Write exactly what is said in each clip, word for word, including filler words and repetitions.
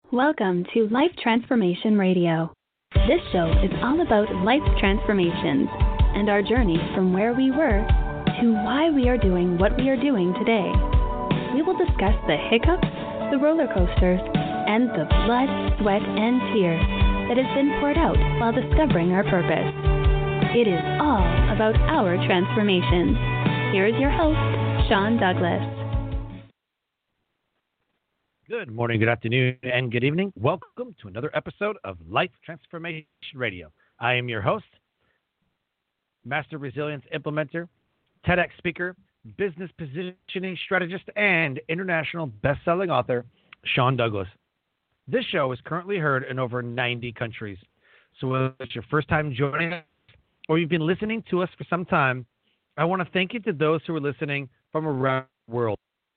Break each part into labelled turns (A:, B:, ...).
A: Welcome to Life Transformation Radio. This show is all about life transformations and our journey from where we were to why we are doing what we are doing today. We will discuss the hiccups, the roller coasters, and the blood, sweat, and tears that has been poured out while discovering our purpose. It is all about our transformations. Here is your host, Sean Douglas.
B: Good morning, good afternoon, and good evening. Welcome to another episode of Life Transformation Radio. I am your host, Master Resilience Implementer, TEDx speaker, business positioning strategist, and international best-selling author, Sean Douglas. This show is currently heard in over ninety countries. So whether it's your first time joining us or you've been listening to us for some time, I want to thank you to those who are listening from around the world.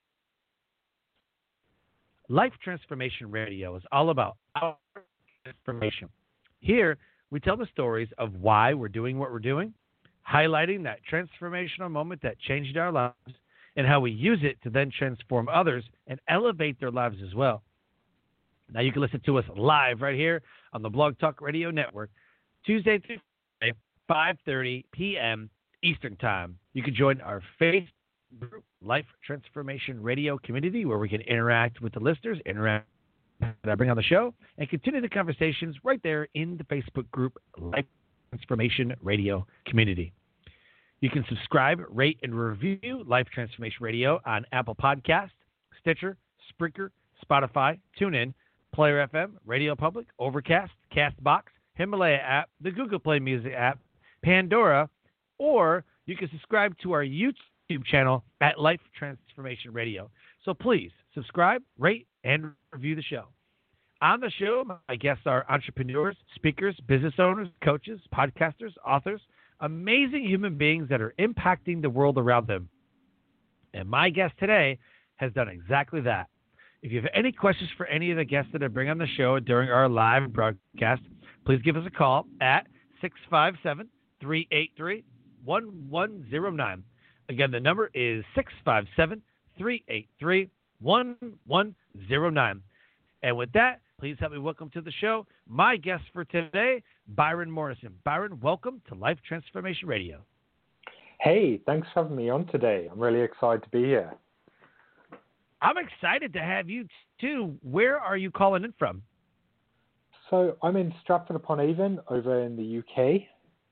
B: Life Transformation Radio is all about our transformation. Here, we tell the stories of why we're doing what we're doing, highlighting that transformational moment that changed our lives, and how we use it to then transform others and elevate their lives as well. Now, you can listen to us live right here on the Blog Talk Radio Network, Tuesday through Friday, five thirty p.m. Eastern Time. You can join our Facebook group, Life Transformation Radio community, where we can interact with the listeners, interact that I bring on the show, and continue the conversations right there in the Facebook group, Life Transformation Radio community. You can subscribe, rate, and review Life Transformation Radio on Apple Podcasts, Stitcher, Spreaker, Spotify, TuneIn, Player F M, Radio Public, Overcast, CastBox, Himalaya app, the Google Play Music app, Pandora, or you can subscribe to our YouTube channel at Life Transformation Radio. So please subscribe, rate, and review the show. On the show, my guests are entrepreneurs, speakers, business owners, coaches, podcasters, authors, amazing human beings that are impacting the world around them. And my guest today has done exactly that. If you have any questions for any of the guests that I bring on the show during our live broadcast, please give us a call at six five seven, three eight three, one one zero nine. Again, the number is six five seven, three eight three, one one zero nine. And with that, please help me welcome to the show my guest for today, Byron Morrison. Byron, welcome to Life Transformation Radio.
C: Hey, thanks for having me on today. I'm really excited to be here.
B: I'm excited to have you too. Where are you calling in from?
C: So I'm in Stratford-upon-Avon over in the U K.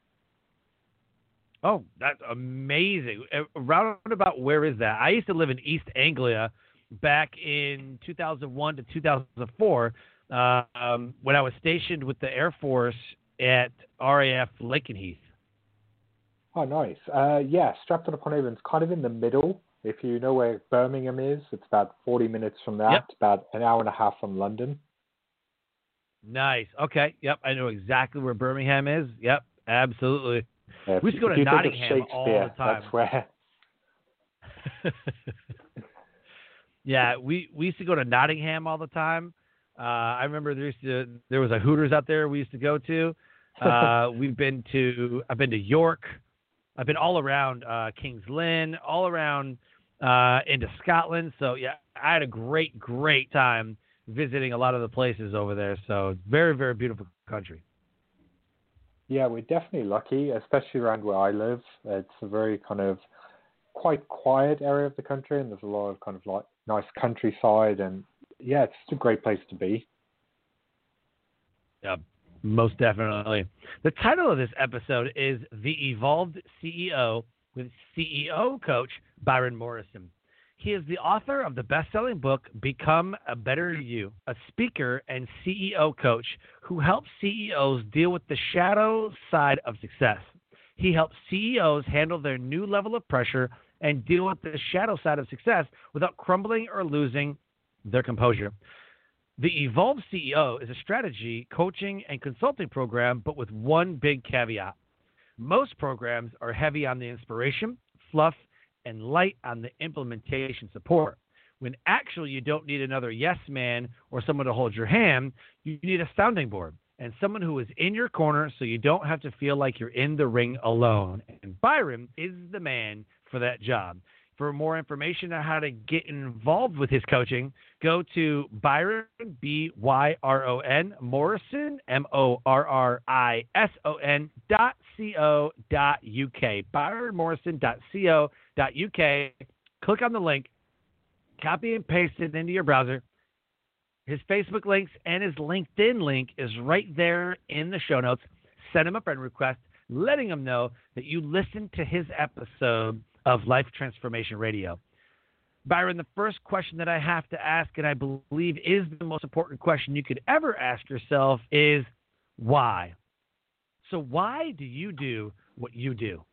B: Oh, that's amazing. Around about where is that? I used to live in East Anglia back in two thousand one to two thousand four uh, um, when I was stationed with the Air Force at R A F Lakenheath.
C: Oh, nice. Uh, yeah, Stratford-upon-Avon's kind of in the middle. If you know where Birmingham is, it's about forty minutes from that,
B: yep.
C: About an hour and a half from London.
B: Nice. Okay. Yep. I know exactly where Birmingham is. Yep. Absolutely.
C: Yeah,
B: we used to go to Nottingham all the time.
C: That's where.
B: yeah, we, we used to go to Nottingham all the time. Uh, I remember there used to there was a Hooters out there we used to go to. Uh, we've been to I've been to York. I've been all around uh, Kings Lynn, all around uh, into Scotland. So yeah, I had a great great time visiting a lot of the places over there. So very very beautiful country.
C: Yeah, we're definitely lucky, especially around where I live. It's a very kind of quite quiet area of the country, and there's a lot of kind of like nice countryside, and yeah, it's just a great place to be.
B: Yeah, most definitely. The title of this episode is The Evolved C E O with C E O coach Byron Morrison. He is the author of the best-selling book, Become a Better You, a speaker and C E O coach who helps C E Os deal with the shadow side of success. He helps C E Os handle their new level of pressure and deal with the shadow side of success without crumbling or losing their composure. The Evolved C E O is a strategy, coaching, and consulting program, but with one big caveat. Most programs are heavy on the inspiration, fluff, and light on the implementation support. When actually you don't need another yes man or someone to hold your hand, you need a sounding board and someone who is in your corner so you don't have to feel like you're in the ring alone. And Byron is the man for that job. For more information on how to get involved with his coaching, go to Byron, B Y R O N, Morrison, M O R R I S O N dot C O dot U K. Byron Morrison dot C O dot U K. Click on the link, copy and paste it into your browser. His Facebook links and his LinkedIn link is right there in the show notes. Send him a friend request, letting him know that you listened to his episode of Life Transformation Radio. Byron, the first question that I have to ask, and I believe is the most important question you could ever ask yourself, is why? So why do you do what you do?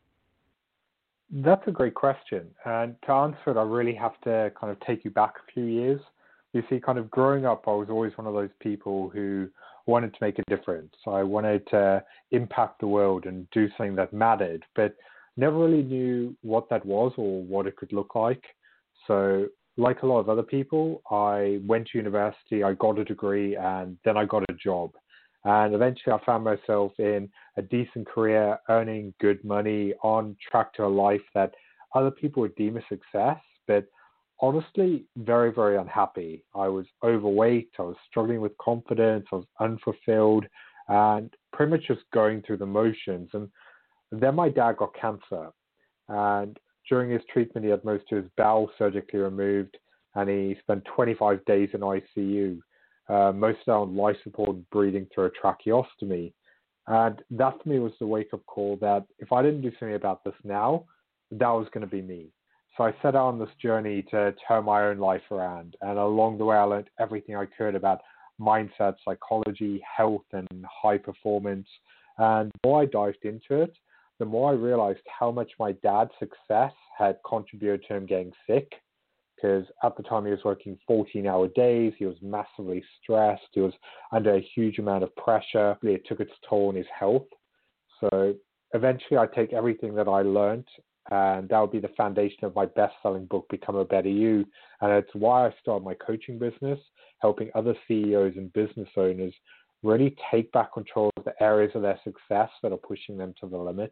C: That's a great question. And to answer it, I really have to kind of take you back a few years. You see, kind of growing up, I was always one of those people who wanted to make a difference. I wanted to impact the world and do something that mattered, but never really knew what that was or what it could look like. So like a lot of other people, I went to university, I got a degree, and then I got a job. And eventually I found myself in a decent career, earning good money, on track to a life that other people would deem a success, but honestly, very, very unhappy. I was overweight, I was struggling with confidence, I was unfulfilled, and pretty much just going through the motions. And then my dad got cancer, and during his treatment, he had most of his bowel surgically removed, and he spent twenty-five days in I C U, uh, most of that on life support and breathing through a tracheostomy. And that for me was the wake-up call that if I didn't do something about this now, that was going to be me. So I set out on this journey to turn my own life around, and along the way, I learned everything I could about mindset, psychology, health, and high performance. And the more I dived into it, the more I realized how much my dad's success had contributed to him getting sick, because at the time he was working fourteen-hour days, he was massively stressed, he was under a huge amount of pressure, it took its toll on his health. So eventually I take everything that I learned, and that would be the foundation of my best-selling book, Become a Better You, and it's why I started my coaching business, helping other C E Os and business owners really take back control of the areas of their success that are pushing them to the limit.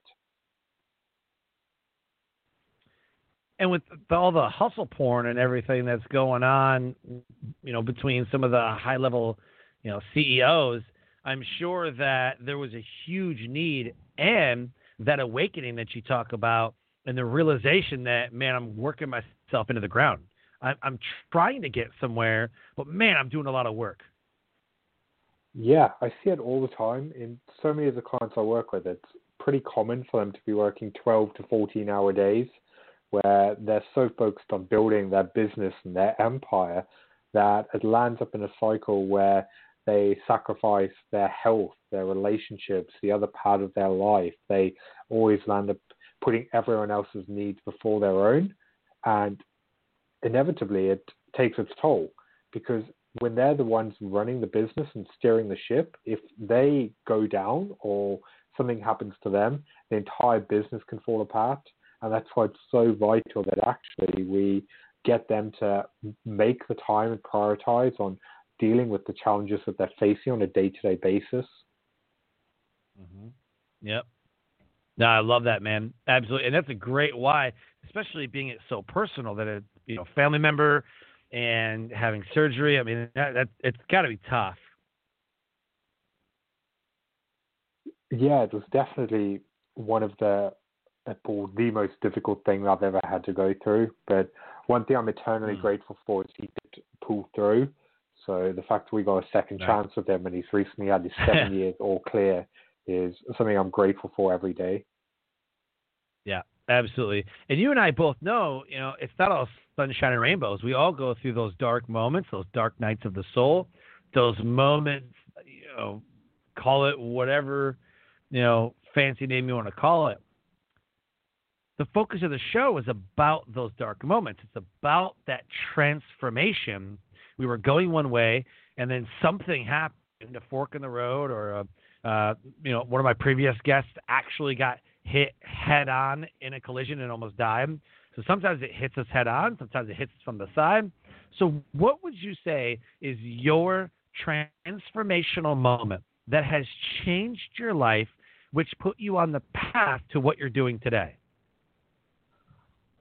B: And with all the hustle porn and everything that's going on, you know, between some of the high-level, you know, C E Os, I'm sure that there was a huge need and that awakening that you talk about and the realization that, man, I'm working myself into the ground. I'm, I'm trying to get somewhere, but, man, I'm doing a lot of work.
C: Yeah, I see it all the time. In so many of the clients I work with, it's pretty common for them to be working twelve to fourteen-hour days, where they're so focused on building their business and their empire that it lands up in a cycle where they sacrifice their health, their relationships, the other part of their life. They always land up putting everyone else's needs before their own. And inevitably, it takes its toll, because when they're the ones running the business and steering the ship, if they go down or something happens to them, the entire business can fall apart. And that's why it's so vital that actually we get them to make the time and prioritize on dealing with the challenges that they're facing on a day-to-day basis.
B: Mm-hmm. Yep. No, I love that, man. Absolutely. And that's a great why, especially being it so personal that a you know family member and having surgery. I mean, that, that it's got to be tough.
C: Yeah, it was definitely one of the the most difficult thing I've ever had to go through. But one thing I'm eternally mm. grateful for is he did pull through. So the fact that we got a second nice. chance with him and he's recently had his seven years all clear is something I'm grateful for every day.
B: Yeah, absolutely. And you and I both know, you know, it's not all sunshine and rainbows. We all go through those dark moments, those dark nights of the soul, those moments, you know, call it whatever, you know, fancy name you want to call it. The focus of the show is about those dark moments. It's about that transformation. We were going one way, and then something happened, a fork in the road, or a, uh, you know, one of my previous guests actually got hit head on in a collision and almost died. So sometimes it hits us head on, sometimes it hits us from the side. So what would you say is your transformational moment that has changed your life, which put you on the path to what you're doing today?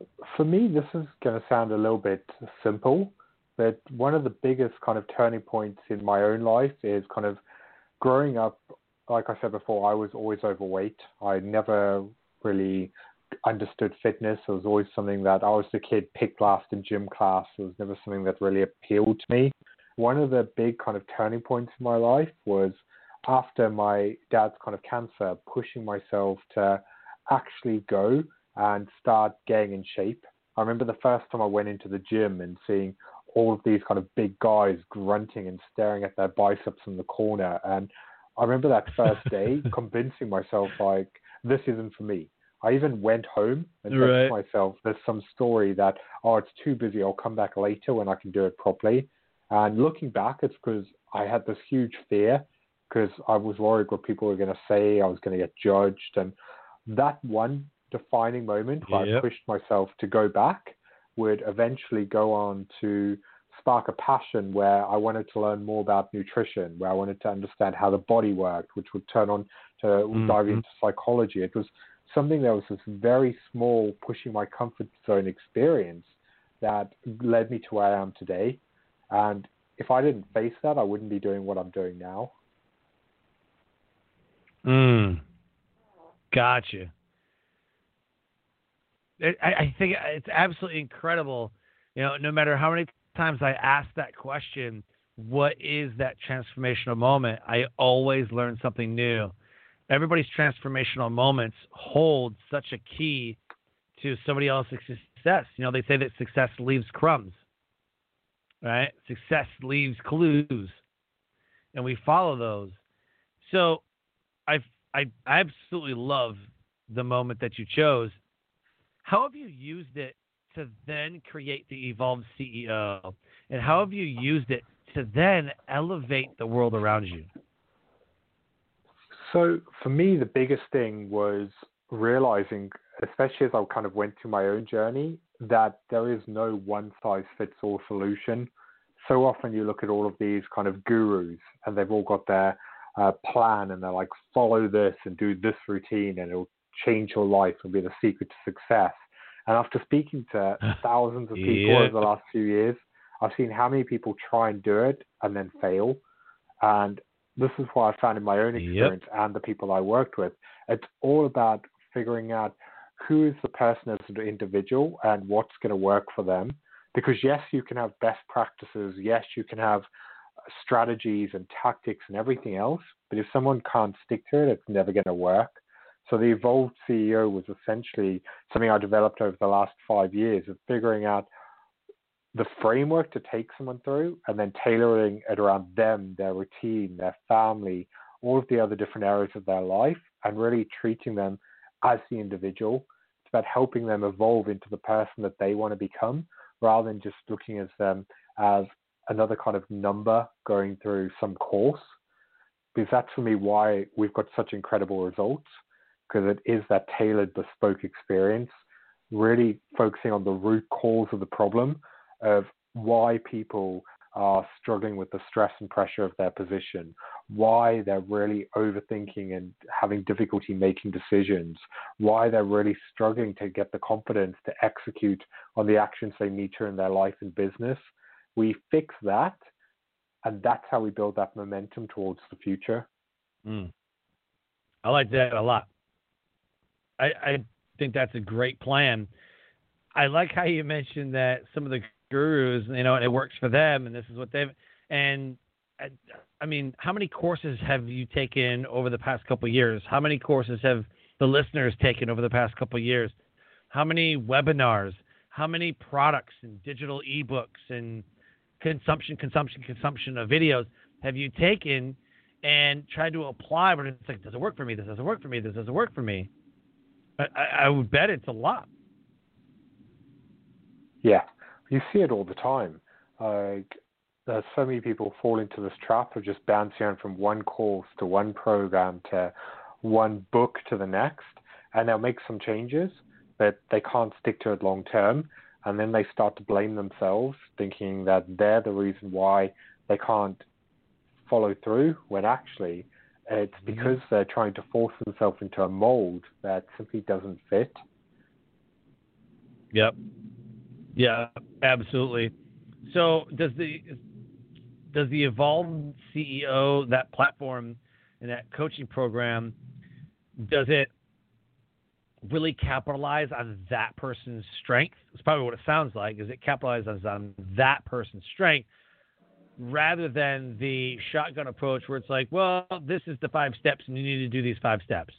C: For me, this is going to sound a little bit simple, but one of the biggest kind of turning points in my own life is kind of growing up. Like I said before, I was always overweight. I never really understood fitness. It was always something that I was the kid picked last in gym class. It was never something that really appealed to me. One of the big kind of turning points in my life was after my dad's kind of cancer, pushing myself to actually go and start getting in shape. I remember the first time I went into the gym and seeing all of these kind of big guys grunting and staring at their biceps in the corner. And I remember that first day convincing myself, like, this isn't for me. I even went home and
B: right.
C: said to myself, there's some story that, oh, it's too busy. I'll come back later when I can do it properly. And looking back, it's because I had this huge fear because I was worried what people were going to say. I was going to get judged. And that one defining moment where yep. I pushed myself to go back would eventually go on to spark a passion where I wanted to learn more about nutrition, where I wanted to understand how the body worked, which would turn on to mm-hmm. dive into psychology. It was something that was this very small, pushing my comfort zone experience that led me to where I am today. And if I didn't face that, I wouldn't be doing what I'm doing now.
B: Mm. Gotcha. I, I think it's absolutely incredible. You know, no matter how many times I ask that question, what is that transformational moment? I always learn something new. Everybody's transformational moments hold such a key to somebody else's success. You know, they say that success leaves crumbs, right? Success leaves clues, and we follow those. So I I absolutely love the moment that you chose. How have you used it to then create the Evolved C E O? And how have you used it to then elevate the world around you?
C: So for me, the biggest thing was realizing, especially as I kind of went through my own journey, that there is no one-size-fits-all solution. So often you look at all of these kind of gurus and they've all got their uh, plan and they're like, follow this and do this routine and it'll change your life and be the secret to success. And after speaking to thousands of people
B: yeah.
C: over the last few years, I've seen how many people try and do it and then fail. And this is what I found in my own experience yep. and the people I worked with. It's all about figuring out who is the person as an individual and what's going to work for them. Because yes, you can have best practices. Yes, you can have strategies and tactics and everything else. But if someone can't stick to it, it's never going to work. So the Evolved C E O was essentially something I developed over the last five years of figuring out the framework to take someone through and then tailoring it around them, their routine, their family, all of the other different areas of their life, and really treating them as the individual. It's about helping them evolve into the person that they want to become, rather than just looking at them as another kind of number going through some course. Because that's for me why we've got such incredible results, because it is that tailored, bespoke experience, really focusing on the root cause of the problem of why people are struggling with the stress and pressure of their position, why they're really overthinking and having difficulty making decisions, why they're really struggling to get the confidence to execute on the actions they need to in their life and business. We fix that, and that's how we build that momentum towards the future.
B: Mm. I like that a lot. I, I think that's a great plan. I like how you mentioned that some of the gurus, you know, it works for them, and this is what they've. And I, I mean, how many courses have you taken over the past couple of years? How many courses have the listeners taken over the past couple of years? How many webinars? How many products and digital ebooks and consumption, consumption, consumption of videos have you taken and tried to apply? But it's like, does it work for me? This doesn't work for me. This doesn't work for me. I, I would bet it's a lot.
C: Yeah, you see it all the time. Like, there's so many people fall into this trap of just bouncing on from one course to one program to one book to the next, and they'll make some changes, but they can't stick to it long term, and then they start to blame themselves, thinking that they're the reason why they can't follow through, when actually it's because mm-hmm. they're trying to force themselves into a mold that simply doesn't fit.
B: Yep. Yeah, absolutely. So does the does the Evolve C E O, that platform and that coaching program, does it really capitalize on that person's strength? It's probably what it sounds like. Is it capitalizes on that person's strength rather than the shotgun approach where it's like, well, this is the five steps and you need to do these five steps?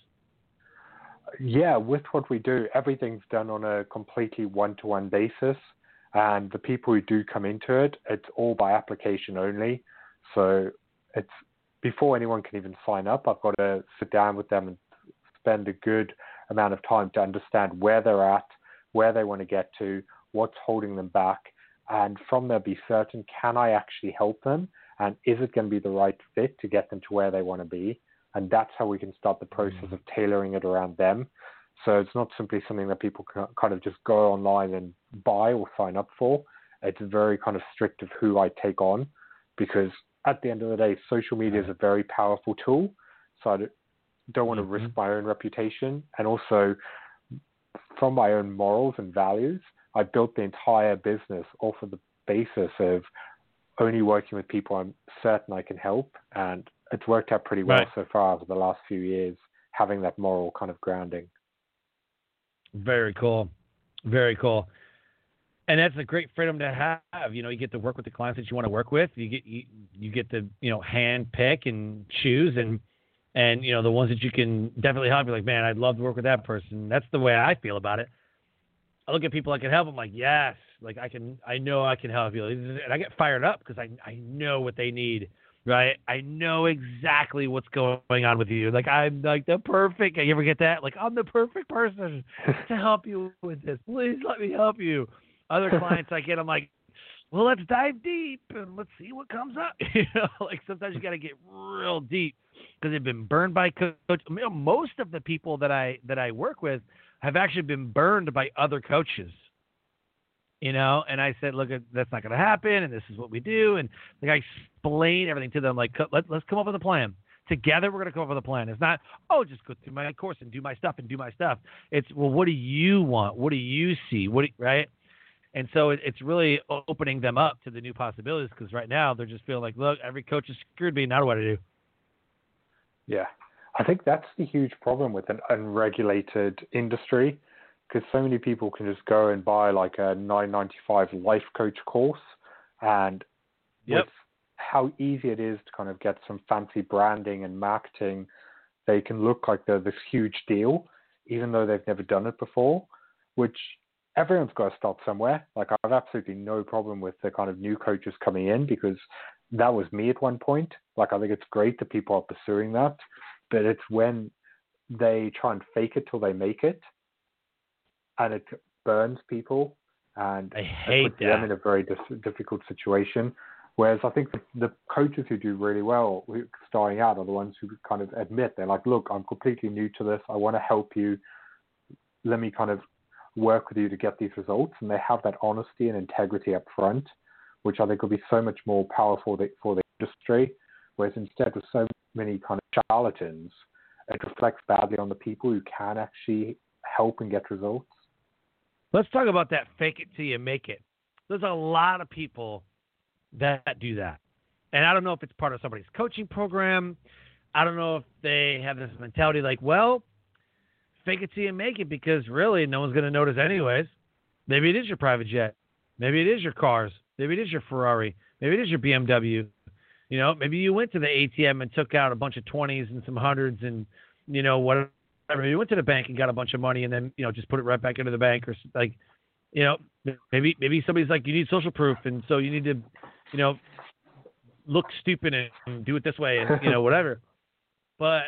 C: Yeah, with what we do, everything's done on a completely one-to-one basis. And the people who do come into it, it's all by application only. So it's before anyone can even sign up, I've got to sit down with them and spend a good amount of time to understand where they're at, where they want to get to, what's holding them back. And from there, be certain, can I actually help them? And is it going to be the right fit to get them to where they want to be? And that's how we can start the process of tailoring it around them. So it's not simply something that people can kind of just go online and buy or sign up for. It's very kind of strict of who I take on, because at the end of the day, social media is a very powerful tool. So I don't want to risk my own reputation. And also, from my own morals and values, I built the entire business off of the basis of only working with people I'm certain I can help. And it's worked out pretty well right. so far over the last few years, having that moral kind of grounding.
B: Very cool. Very cool. And that's a great freedom to have. You know, you get to work with the clients that you want to work with. You get you, you get to, you know, hand pick and choose and and you know, the ones that you can definitely help. You're like, man, I'd love to work with that person. That's the way I feel about it. I look at people I can help. I'm like, yes, like I can. I know I can help you, and I get fired up because I I know what they need. Right? I know exactly what's going on with you. Like, I'm like the perfect, you ever get that? Like, I'm the perfect person to help you with this. Please let me help you. Other clients I get, I'm like, well, let's dive deep and let's see what comes up. You know, like sometimes you got to get real deep because they've been burned by coach. You know, most of the people that I, that I work with have actually been burned by other coaches. You know, and I said, look, that's not going to happen, and this is what we do. And like I explain everything to them, like, Let, let's come up with a plan. Together, we're going to come up with a plan. It's not, oh, just go through my course and do my stuff and do my stuff. It's, well, what do you want? What do you see? What do, right? And so it, it's really opening them up to the new possibilities because right now they're just feeling like, look, every coach has screwed me. Now what do I do?
C: Yeah. I think that's the huge problem with an unregulated industry. Because so many people can just go and buy like a nine ninety-five life coach course, and
B: yep.
C: with how easy it is to kind of get some fancy branding and marketing, they can look like they're this huge deal, even though they've never done it before, which everyone's got to start somewhere. Like I have absolutely no problem with the kind of new coaches coming in because that was me at one point. Like I think it's great that people are pursuing that, but it's when they try and fake it till they make it. And it burns people, and
B: I hate
C: it puts
B: that.
C: them in a very dis- difficult situation. Whereas I think the, the coaches who do really well, who starting out, are the ones who kind of admit they're like, "Look, I'm completely new to this. I want to help you. Let me kind of work with you to get these results." And they have that honesty and integrity up front, which I think will be so much more powerful for the industry. Whereas instead, with so many kind of charlatans, it reflects badly on the people who can actually help and get results.
B: Let's talk about that fake it till you make it. There's a lot of people that do that. And I don't know if it's part of somebody's coaching program. I don't know if they have this mentality like, well, fake it till you make it because really no one's going to notice anyways. Maybe it is your private jet. Maybe it is your cars. Maybe it is your Ferrari. Maybe it is your B M W. You know, maybe you went to the A T M and took out a bunch of twenties and some hundreds and, you know, whatever. You went to the bank and got a bunch of money and then, you know, just put it right back into the bank or like, you know, maybe, maybe somebody's like, you need social proof. And so you need to, you know, look stupid and do it this way and, you know, whatever. But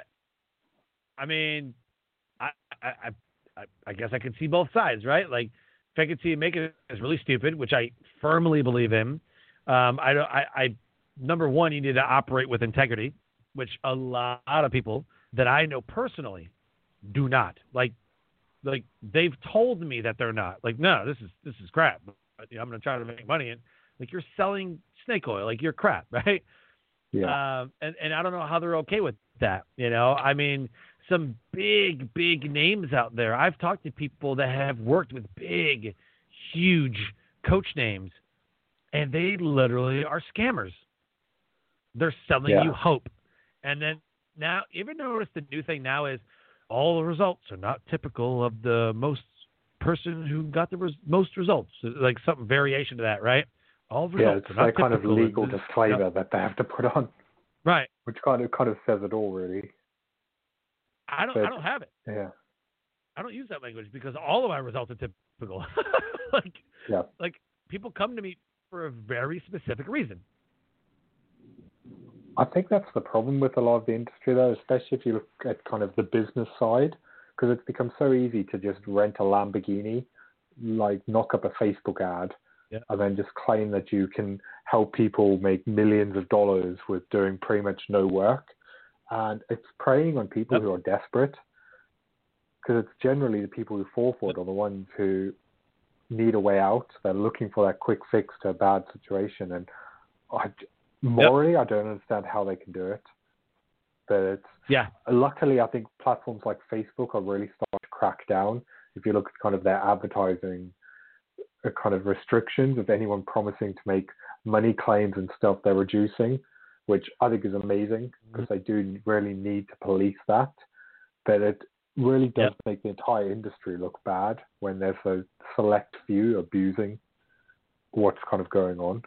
B: I mean, I, I, I, I guess I can see both sides, right? Like fake it till you make it is really stupid, which I firmly believe in. Um, I don't, I, I, number one, you need to operate with integrity, which a lot of people that I know personally do not. Like, like they've told me that they're not. Like, no, this is this is crap. But, you know, I'm going to try to make money. And like, you're selling snake oil. Like, you're crap, right?
C: Yeah.
B: Um, and and I don't know how they're okay with that. You know, I mean, some big big names out there. I've talked to people that have worked with big huge coach names, and they literally are scammers. They're selling
C: Yeah.
B: you hope. And then now, even notice the new thing now is all the results are not typical of the most person who got the res- most results. Like some variation to that, right? All
C: Yeah,
B: results
C: it's
B: are not
C: that kind of
B: typical.
C: legal
B: This-
C: disclaimer
B: yeah.
C: that they have to put on,
B: Right.
C: which kind of kind of says it all, really.
B: I don't.
C: But,
B: I don't have it.
C: Yeah.
B: I don't use that language because all of my results are typical. like,
C: Yeah.
B: like people come to me for a very specific reason.
C: I think that's the problem with a lot of the industry, though, especially if you look at kind of the business side, because it's become so easy to just rent a Lamborghini, like knock up a Facebook ad,
B: Yeah.
C: and then just claim that you can help people make millions of dollars with doing pretty much no work. And it's preying on people
B: Yep.
C: who are desperate, because it's generally the people who fall for it are the ones who need a way out. They're looking for that quick fix to a bad situation. And I, morally, yep. I don't understand how they can do it. But it's
B: yeah.
C: Luckily, I think platforms like Facebook are really starting to crack down. If you look at kind of their advertising uh, kind of restrictions of anyone promising to make money claims and stuff, they're reducing, which I think is amazing because they do really need to police that. But it really does
B: yep. make
C: the entire industry look bad when there's a select few abusing what's kind of going on.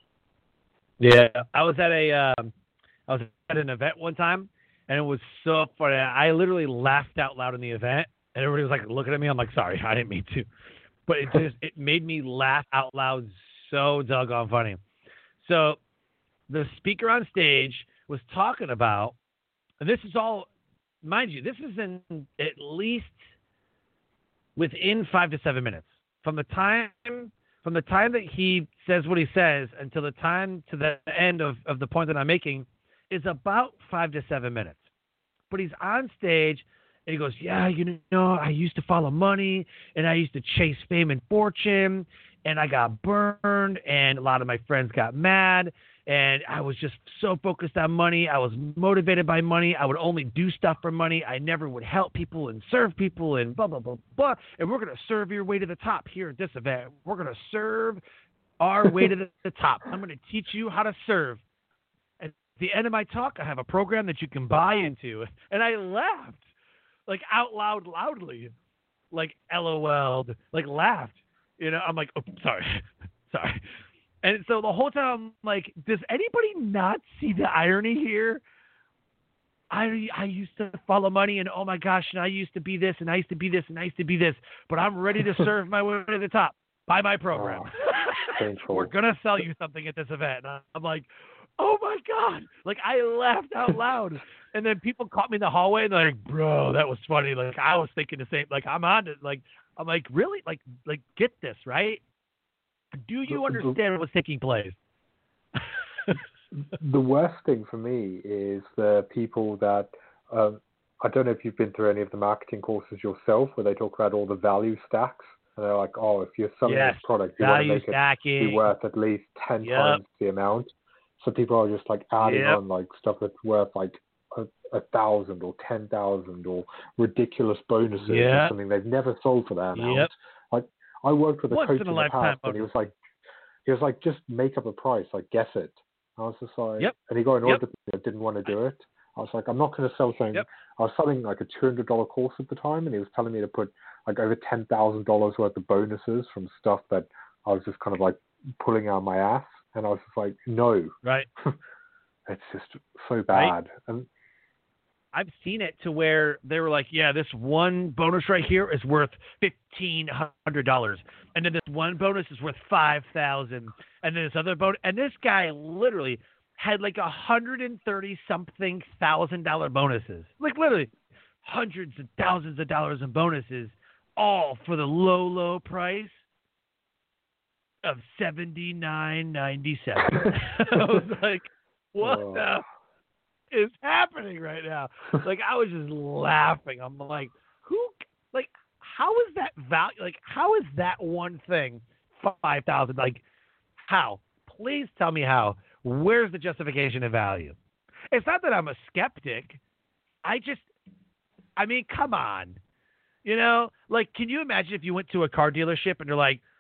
B: Yeah, I was at a, um, I was at an event one time, and it was so funny. I literally laughed out loud in the event, and everybody was like looking at me. I'm like, sorry, I didn't mean to, but it just it made me laugh out loud. So doggone funny. So the speaker on stage was talking about, and this is all, mind you, this is in at least within five to seven minutes from the time. From the time that he says what he says until the time to the end of, of the point that I'm making is about five to seven minutes. But he's on stage and he goes, yeah, you know, I used to follow money and I used to chase fame and fortune and I got burned and a lot of my friends got mad and I was just so focused on money. I was motivated by money. I would only do stuff for money. I never would help people and serve people and blah, blah, blah, blah. And we're going to serve your way to the top here at this event. We're going to serve our way to the, the top. I'm going to teach you how to serve. At the end of my talk, I have a program that you can buy into. And I laughed, like out loud, loudly, like LOL'd, like laughed. You know, I'm like, oh, sorry, sorry. And so the whole time, I'm like, does anybody not see the irony here? I I used to follow money, and oh my gosh, and I used to be this, and I used to be this, and I used to be this, but I'm ready to serve my way to the top. Buy my program.
C: Oh,
B: We're gonna sell you something at this event. And I'm like, oh my god! Like I laughed out loud, and then people caught me in the hallway, and they're like, bro, that was funny. Like I was thinking the same. Like I'm on it. Like I'm like, really? Like like get this right. Do you understand what's taking place?
C: The worst thing for me is the people that, um, I don't know if you've been through any of the marketing courses yourself where they talk about all the value stacks. And they're like, oh, if you're selling
B: yes,
C: this product, you want to make
B: stacking.
C: it be worth at least ten
B: yep.
C: times the amount. So people are just like adding
B: yep.
C: on like stuff that's worth like a, a thousand or ten thousand or ridiculous bonuses
B: yep.
C: or something they've never sold for that amount.
B: Yep.
C: Like I worked with a
B: Once
C: coach
B: in,
C: in,
B: a
C: the past, and he was like, he was like, just make up a price, like guess it. I was just like,
B: yep.
C: and he got an
B: yep.
C: order. I didn't want to do it. I was like, I'm not going to sell something.
B: Yep.
C: I was selling like a two hundred dollars course at the time, and he was telling me to put like over ten thousand dollars worth of bonuses from stuff that I was just kind of like pulling out my ass. And I was just like, no.
B: Right.
C: It's just so bad.
B: Right.
C: And
B: I've seen it to where they were like, yeah, this one bonus right here is worth fifteen hundred dollars. And then this one bonus is worth five thousand dollars. And then this other bonus. And this guy literally had like a hundred and thirty something thousand dollar bonuses. Like literally hundreds of thousands of dollars in bonuses, all for the low, low price of seventy-nine ninety-seven. I was like, what
C: oh.
B: the is happening right now? Like I was just laughing. I'm like, who? Like, how is that value? Like, how is that one thing five thousand? Like, how? Please tell me how. Where's the justification of value? It's not that I'm a skeptic. I just, I mean, come on. You know, like, can you imagine if you went to a car dealership and they're like,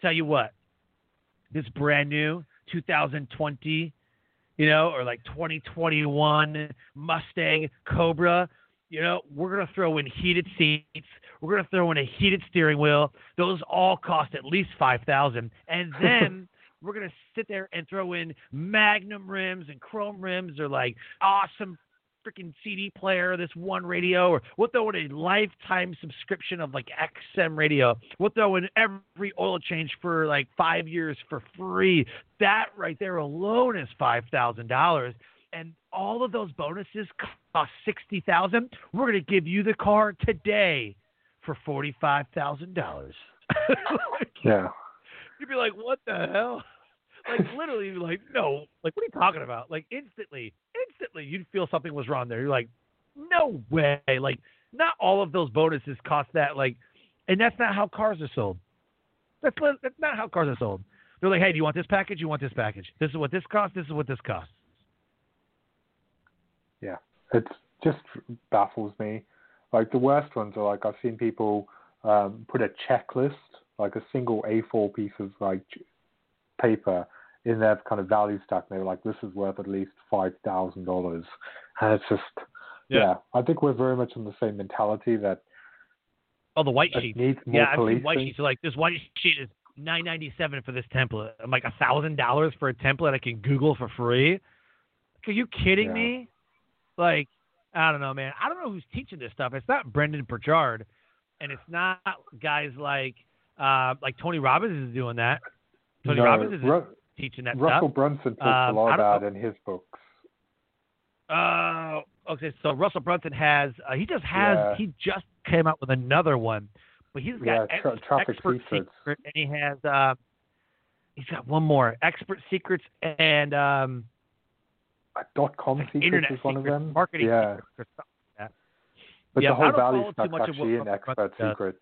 B: tell you what, this brand new two thousand twenty, you know, or like twenty twenty-one Mustang Cobra, you know, we're going to throw in heated seats. We're going to throw in a heated steering wheel. Those all cost at least five thousand dollars. And then we're going to sit there and throw in Magnum rims and chrome rims or like awesome freaking C D player, this one radio, or we'll throw in a lifetime subscription of like X M radio. We'll throw in every oil change for like five years for free. That right there alone is five thousand dollars. And all of those bonuses cost sixty thousand dollars. We're going to give you the car today for forty-five thousand dollars.
C: Yeah.
B: You'd be like, what the hell? Like, literally, like, no. Like, what are you talking about? Like, instantly, instantly, you'd feel something was wrong there. You're like, no way. Like, not all of those bonuses cost that. Like, and that's not how cars are sold. That's, that's not how cars are sold. They're like, hey, do you want this package? You want this package? This is what this costs. This is what this costs.
C: Yeah, it just baffles me. Like, the worst ones are, like, I've seen people um, put a checklist, like a single A four piece of, like, paper in their kind of value stack. And they were like, this is worth at least five thousand dollars. And it's just, yeah. yeah, I think we're very much in the same mentality that
B: oh, the white sheet.
C: Needs more
B: yeah, I've
C: policing.
B: seen white sheets. So, like, this white sheet is nine ninety-seven for this template. I'm like, one thousand dollars for a template I can Google for free? Like, are you kidding
C: yeah.
B: me? Like, I don't know, man. I don't know who's teaching this stuff. It's not Brendan Burchard, and it's not guys like uh, like Tony Robbins is doing that. Tony
C: no,
B: Robbins is
C: Ru-
B: teaching that
C: Russell
B: stuff.
C: Brunson talks
B: um,
C: a lot about
B: know.
C: in his books.
B: Uh, okay, so Russell Brunson has uh, he just has
C: Yeah.
B: he just came out with another one, but he's got
C: Yeah, tra-
B: ex-
C: Traffic
B: expert
C: Secrets.
B: secret, and he has uh, he's got one more expert secrets and um,
C: Uh, dot com
B: like
C: secrets
B: internet
C: is one
B: secrets,
C: of them.
B: marketing
C: yeah.
B: secrets or something like that.
C: But
B: Yeah,
C: the
B: I
C: whole
B: don't
C: value
B: follow too
C: stack's
B: much of what
C: actually in
B: Russell
C: expert
B: Brunson does.
C: secrets.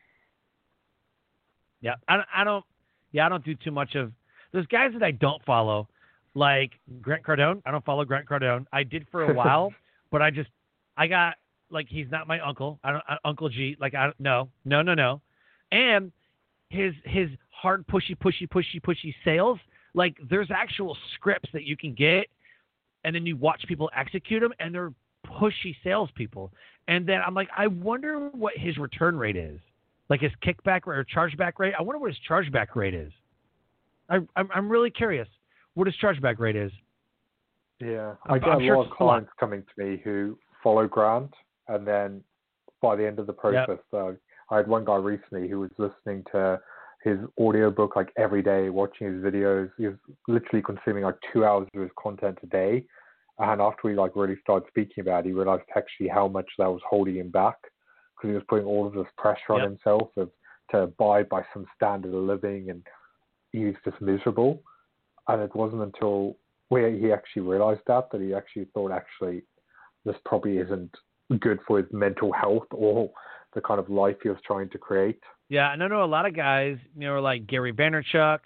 B: Yeah, I, I don't. Yeah, I don't do too much of. There's guys that I don't follow, like Grant Cardone. I don't follow Grant Cardone. I did for a while, but I just, I got like he's not my uncle. I don't I, Uncle G. Like I don't no no no no, and his his hard pushy pushy pushy pushy sales. Like there's actual scripts that you can get, and then you watch people execute them, and they're pushy salespeople. And then I'm like, I wonder what his return rate is. Like his kickback rate or chargeback rate. I wonder what his chargeback rate is. I, I'm I'm really curious what his chargeback rate is.
C: Yeah,
B: I'm,
C: I get
B: I'm
C: a
B: sure
C: lot
B: it's
C: of
B: a lot.
C: clients coming to me who follow Grant, and then by the end of the process, yep. uh, I had one guy recently who was listening to his audiobook like every day, watching his videos. He was literally consuming like two hours of his content a day. And after we like really started speaking about it, he realized actually how much that was holding him back, because he was putting all of this pressure on
B: yep.
C: himself of, to abide by some standard of living, and he was just miserable. And it wasn't until where he actually realized that, that he actually thought actually this probably isn't good for his mental health or the kind of life he was trying to create.
B: Yeah, and I know a lot of guys, you know, like Gary Vaynerchuk,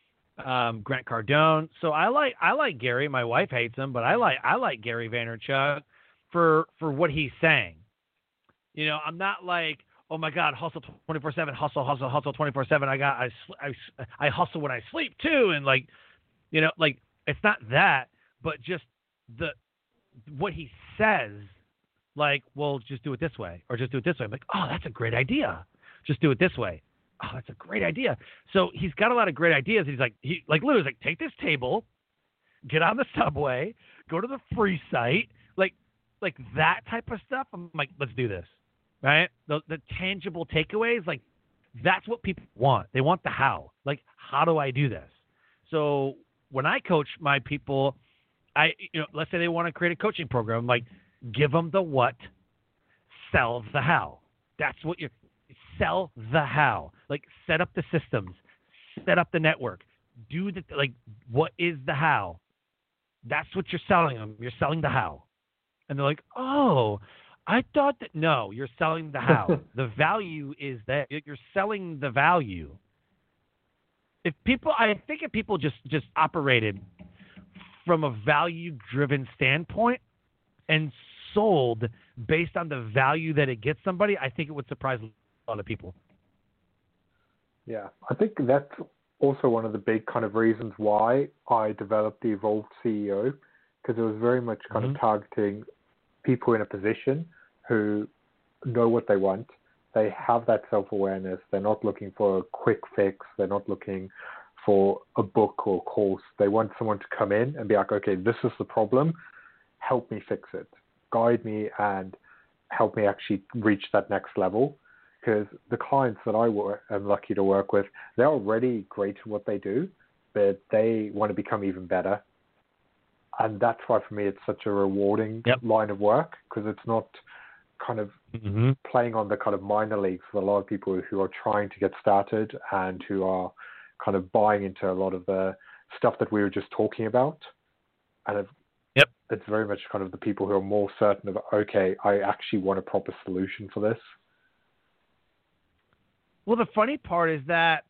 B: um, Grant Cardone. So I like I like Gary. My wife hates him, but I like I like Gary Vaynerchuk for for what he's saying. You know, I'm not like, oh my God, hustle twenty-four seven, hustle, hustle, hustle twenty-four seven. I got I, I I hustle when I sleep too, and like, you know, like it's not that, but just the what he says. Like, well, just do it this way, or just do it this way. I'm like, oh, that's a great idea. Just do it this way. Oh, that's a great idea. So he's got a lot of great ideas. He's like, he like literally like, take this table, get on the subway, go to the free site, like, like that type of stuff. I'm like, let's do this, right? The, the tangible takeaways, like, that's what people want. They want the how. Like, how do I do this? So when I coach my people, I, you know, let's say they want to create a coaching program, like, give them the what, sell the how. That's what you're. Sell the how. Like, set up the systems, set up the network, do the, like, what is the how? That's what you're selling them. You're selling the how. And they're like, oh, I thought that. No, you're selling the how. The value is that you're selling the value. If people, I think if people just, just operated from a value-driven standpoint and sold based on the value that it gets somebody, I think it would surprise a lot of people.
C: Yeah, I think that's also one of the big kind of reasons why I developed the Evolved C E O, because it was very much kind
B: Mm-hmm.
C: of targeting people in a position who know what they want. They have that self-awareness. They're not looking for a quick fix. They're not looking for a book or course. They want someone to come in and be like, okay, this is the problem. Help me fix it. Guide me and help me actually reach that next level. Because the clients that I work, am lucky to work with, they're already great at what they do, but they want to become even better. And that's why for me it's such a rewarding
B: Yep.
C: line of work, because it's not kind of
B: Mm-hmm.
C: playing on the kind of minor leagues with a lot of people who are trying to get started and who are kind of buying into a lot of the stuff that we were just talking about. And it,
B: Yep.
C: it's very much kind of the people who are more certain of, okay, I actually want a proper solution for this.
B: Well, the funny part is that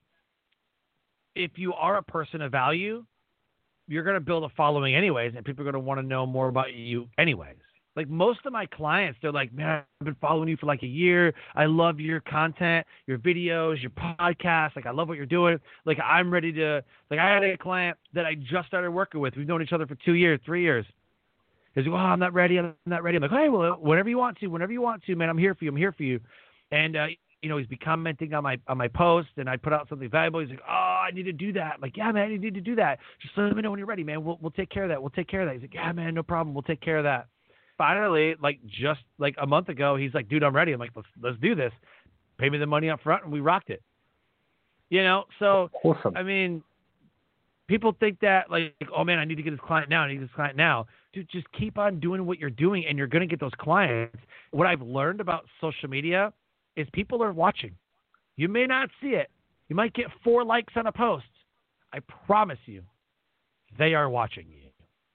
B: if you are a person of value, you're going to build a following anyways, and people are going to want to know more about you anyways. Like most of my clients, they're like, man, I've been following you for like a year. I love your content, your videos, your podcast. Like, I love what you're doing. Like, I'm ready to, like, I had a client that I just started working with. We've known each other for two years, three years. He's like, oh, I'm not ready. I'm not ready. I'm like, hey, well, whenever you want to, whenever you want to, man, I'm here for you. I'm here for you. And, uh, you know, he's been commenting on my on my post, and I put out something valuable. He's like, oh, I need to do that. I'm like, yeah, man, you need to do that. Just let me know when you're ready, man. We'll we'll take care of that. We'll take care of that. He's like, yeah, man, no problem. We'll take care of that. Finally, like just like a month ago, he's like, dude, I'm ready. I'm like, let's let's do this. Pay me the money up front, and we rocked it. You know, so
C: Awesome.
B: I mean, people think that like, oh man, I need to get this client now. I need this client now. Dude, just keep on doing what you're doing, and you're gonna get those clients. What I've learned about social media is people are watching. You may not see it. You might get four likes on a post. I promise you, they are watching you.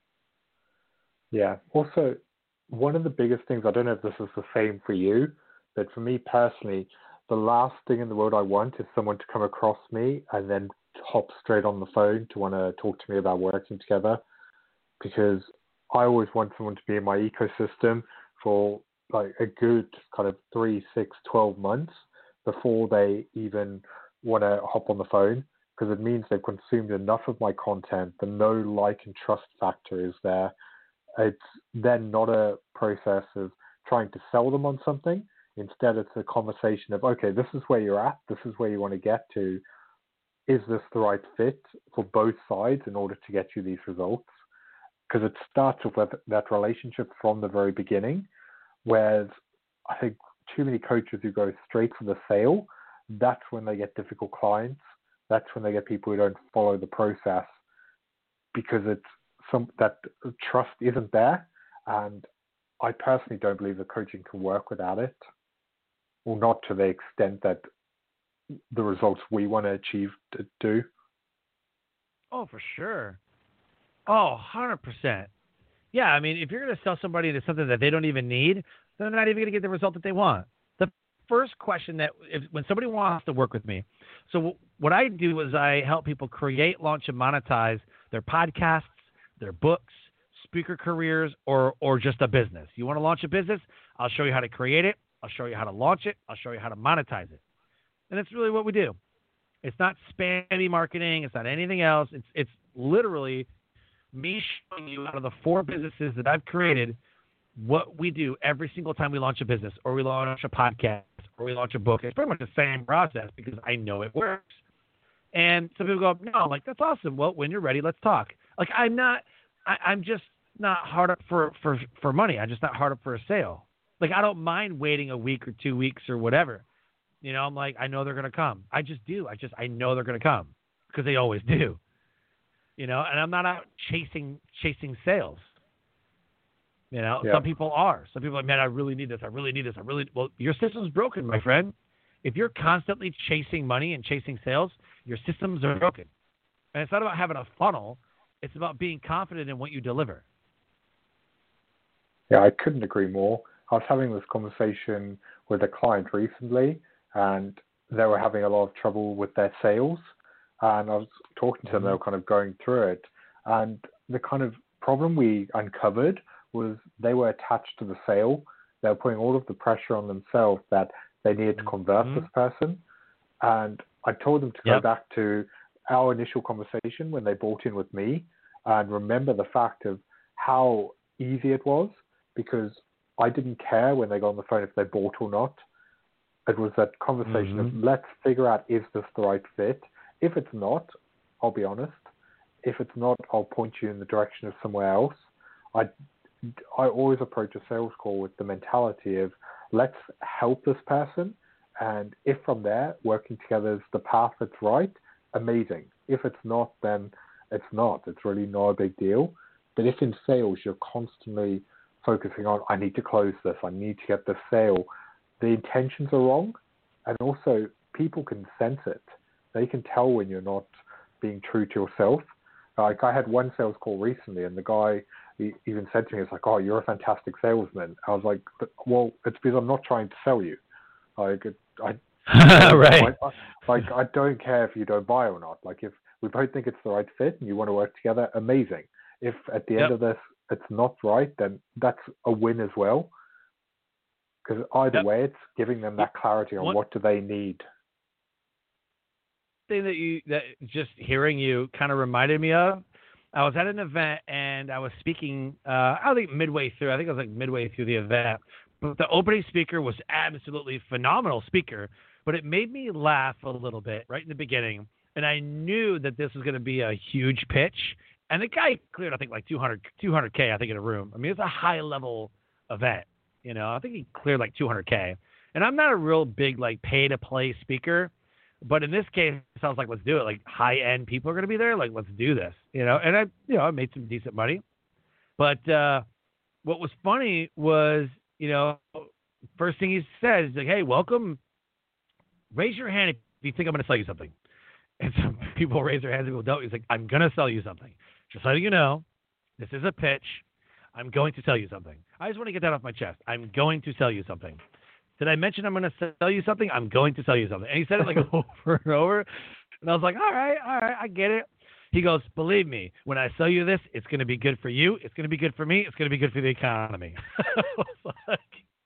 C: Yeah. Also, one of the biggest things, I don't know if this is the same for you, but for me personally, the last thing in the world I want is someone to come across me and then hop straight on the phone to want to talk to me about working together, because I always want someone to be in my ecosystem for like a good kind of three, six, twelve months before they even want to hop on the phone, because it means they've consumed enough of my content. The know, like, and trust factor is there. It's then not a process of trying to sell them on something. Instead, it's a conversation of, okay, this is where you're at. This is where you want to get to. Is this the right fit for both sides in order to get you these results? Because it starts with that relationship from the very beginning, whereas I think too many coaches who go straight for the sale, that's when they get difficult clients. That's when they get people who don't follow the process, because it's some that trust isn't there. And I personally don't believe that coaching can work without it, or not to the extent that the results we want to achieve to do.
B: Oh, for sure. Oh, one hundred percent. Yeah, I mean, if you're going to sell somebody into something that they don't even need, they're not even going to get the result that they want. The first question that, if, when somebody wants to work with me, so what I do is I help people create, launch, and monetize their podcasts, their books, speaker careers, or or just a business. You want to launch a business? I'll show you how to create it. I'll show you how to launch it. I'll show you how to monetize it. And that's really what we do. It's not spammy marketing. It's not anything else. It's it's literally me showing you out of the four businesses that I've created what we do every single time we launch a business, or we launch a podcast, or we launch a book. It's pretty much the same process because I know it works. And some people go, no, I'm like, that's awesome. Well, when you're ready, let's talk. Like, I'm not, I, I'm just not hard up for, for, for money. I'm just not hard up for a sale. Like, I don't mind waiting a week or two weeks or whatever. You know, I'm like, I know they're going to come. I just do. I just, I know they're going to come because they always do. You know, and I'm not out chasing, chasing sales. You know, yeah. Some people are. Some people are like, man, I really need this. I really need this. I really, well, your system's broken, my friend. If you're constantly chasing money and chasing sales, your systems are broken. And it's not about having a funnel. It's about being confident in what you deliver.
C: Yeah, I couldn't agree more. I was having this conversation with a client recently, and they were having a lot of trouble with their sales. And I was talking to them, mm-hmm. They were kind of going through it. And the kind of problem we uncovered was they were attached to the sale. They were putting all of the pressure on themselves that they needed to convert mm-hmm. this person. And I told them to
B: Yep.
C: go back to our initial conversation when they bought in with me and remember the fact of how easy it was, because I didn't care when they got on the phone if they bought or not. It was that conversation
B: Mm-hmm.
C: of let's figure out, is this the right fit? If it's not, I'll be honest. If it's not, I'll point you in the direction of somewhere else. I, I always approach a sales call with the mentality of let's help this person. And if from there, working together is the path that's right, amazing. If it's not, then it's not. It's really not a big deal. But if in sales, you're constantly focusing on, I need to close this, I need to get this sale, the intentions are wrong. And also, people can sense it. They can tell when you're not being true to yourself. Like, I had one sales call recently, and the guy he even said to me, it's like, oh, you're a fantastic salesman. I was like, well, it's because I'm not trying to sell you. Like, I,
B: right.
C: I, like, I don't care if you don't buy or not. Like, if we both think it's the right fit and you want to work together, amazing. If at the
B: Yep.
C: end of this it's not right, then that's a win as well. Because either
B: Yep.
C: way, it's giving them that clarity on
B: What,
C: what do they need.
B: thing that you that just hearing you kind of reminded me of. I was at an event and I was speaking. Uh, I think midway through. I think I was like midway through the event. But the opening speaker was absolutely phenomenal speaker. But it made me laugh a little bit right in the beginning, and I knew that this was going to be a huge pitch. And the guy cleared, I think, like two hundred K, I think, in a room. I mean, it's a high level event. You know, I think he cleared like two hundred K. And I'm not a real big like pay to play speaker. But in this case, I was like, let's do it. Like, high-end people are going to be there. Like, let's do this, you know. And I, you know, I made some decent money. But uh, what was funny was, you know, first thing he said is like, hey, welcome. Raise your hand if you think I'm going to sell you something. And some people raise their hands and people don't. He's like, I'm going to sell you something. Just letting you know, this is a pitch. I'm going to sell you something. I just want to get that off my chest. I'm going to sell you something. Did I mention I'm going to sell you something? I'm going to sell you something. And he said it like over and over. And I was like, all right, all right, I get it. He goes, believe me, when I sell you this, it's going to be good for you. It's going to be good for me. It's going to be good for the economy. I was like,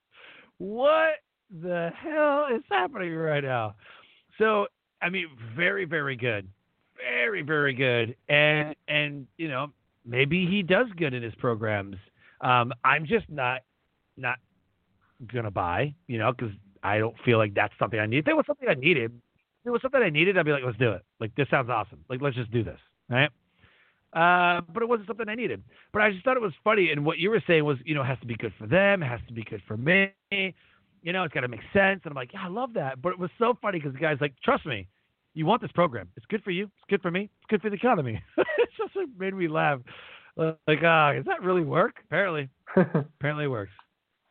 B: what the hell is happening right now? So, I mean, very, very good. Very, very good. And, and you know, maybe he does good in his programs. Um, I'm just not, not, gonna buy, you know, because I don't feel like that's something I need. If it was something I needed, if it was something I needed, I'd be like, let's do it. Like, this sounds awesome. Like, let's just do this, right? Uh, but it wasn't something I needed. But I just thought it was funny, and what you were saying was, you know, it has to be good for them, it has to be good for me, you know, it's got to make sense. And I'm like, yeah, I love that. But it was so funny because the guy's like, trust me, you want this program. It's good for you. It's good for me. It's good for the economy. It just like, made me laugh. Like, ah, uh, does that really work? Apparently, apparently it works.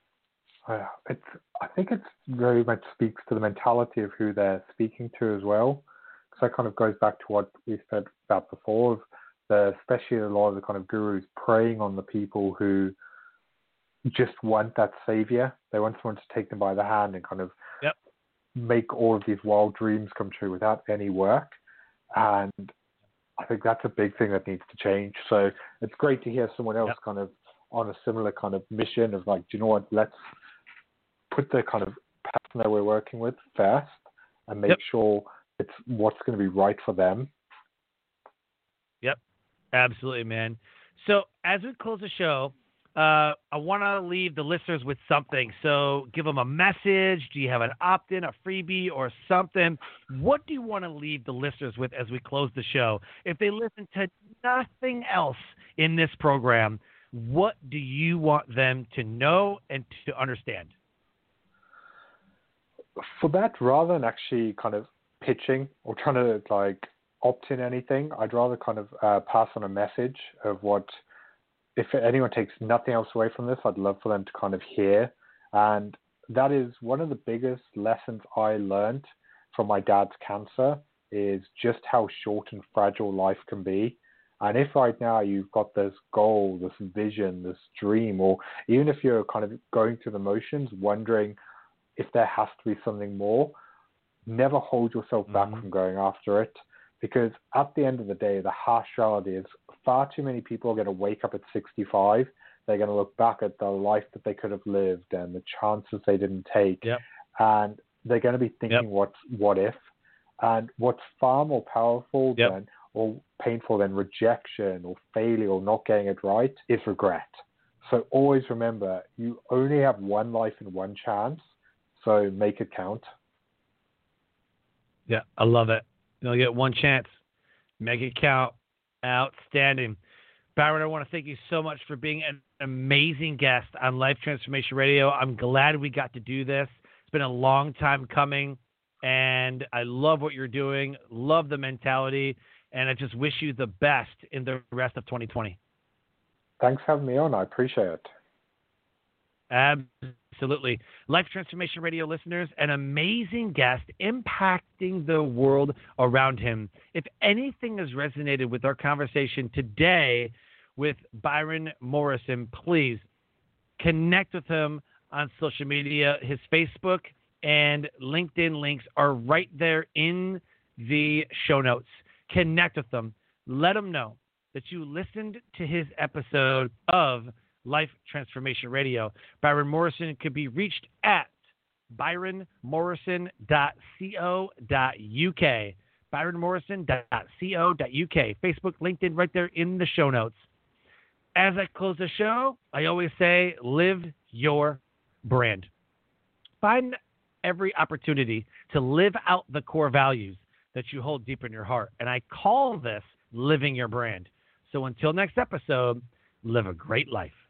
C: Uh, it's. I think it very much speaks to the mentality of who they're speaking to as well. Because that kind of goes back to what we said about before, of the, especially a lot of the kind of gurus preying on the people who just want that savior. They want someone to take them by the hand and kind of
B: yep.
C: make all of these wild dreams come true without any work. And I think that's a big thing that needs to change. So it's great to hear someone else yep. kind of on a similar kind of mission of like, do you know what, let's put the kind of person that we're working with first and make yep. sure it's what's going to be right for them.
B: Yep, absolutely, man. So as we close the show, uh, I want to leave the listeners with something. So give them a message. Do you have an opt-in, a freebie, or something? What do you want to leave the listeners with as we close the show? If they listen to nothing else in this program, what do you want them to know and to understand?
C: For that, rather than actually kind of pitching or trying to like opt in anything, I'd rather kind of uh, pass on a message of what, if anyone takes nothing else away from this, I'd love for them to kind of hear. And that is one of the biggest lessons I learned from my dad's cancer, is just how short and fragile life can be. And if right now you've got this goal, this vision, this dream, or even if you're kind of going through the motions, wondering if there has to be something more, never hold yourself back mm-hmm. from going after it. Because at the end of the day, the harsh reality is far too many people are going to wake up at sixty-five. They're going to look back at the life that they could have lived and the chances they didn't take.
B: Yep.
C: And they're going to be thinking,
B: yep.
C: what, what if? And what's far more powerful
B: Yep.
C: than or painful than rejection or failure or not getting it right is regret. So always remember, you only have one life and one chance, so make it count.
B: Yeah, I love it. You'll get one chance. Make it count. Outstanding. Byron, I want to thank you so much for being an amazing guest on Life Transformation Radio. I'm glad we got to do this. It's been a long time coming, and I love what you're doing, love the mentality, and I just wish you the best in the rest of twenty twenty.
C: Thanks for having me on. I appreciate it.
B: Absolutely. Life Transformation Radio listeners, an amazing guest impacting the world around him. If anything has resonated with our conversation today with Byron Morrison, please connect with him on social media. His Facebook and LinkedIn links are right there in the show notes. Connect with them. Let him know that you listened to his episode of Life Transformation Radio. Byron Morrison could be reached at byron morrison dot co dot uk. byron morrison dot co dot uk. Facebook, LinkedIn, right there in the show notes. As I close the show, I always say, live your brand. Find every opportunity to live out the core values that you hold deep in your heart. And I call this living your brand. So until next episode, live a great life.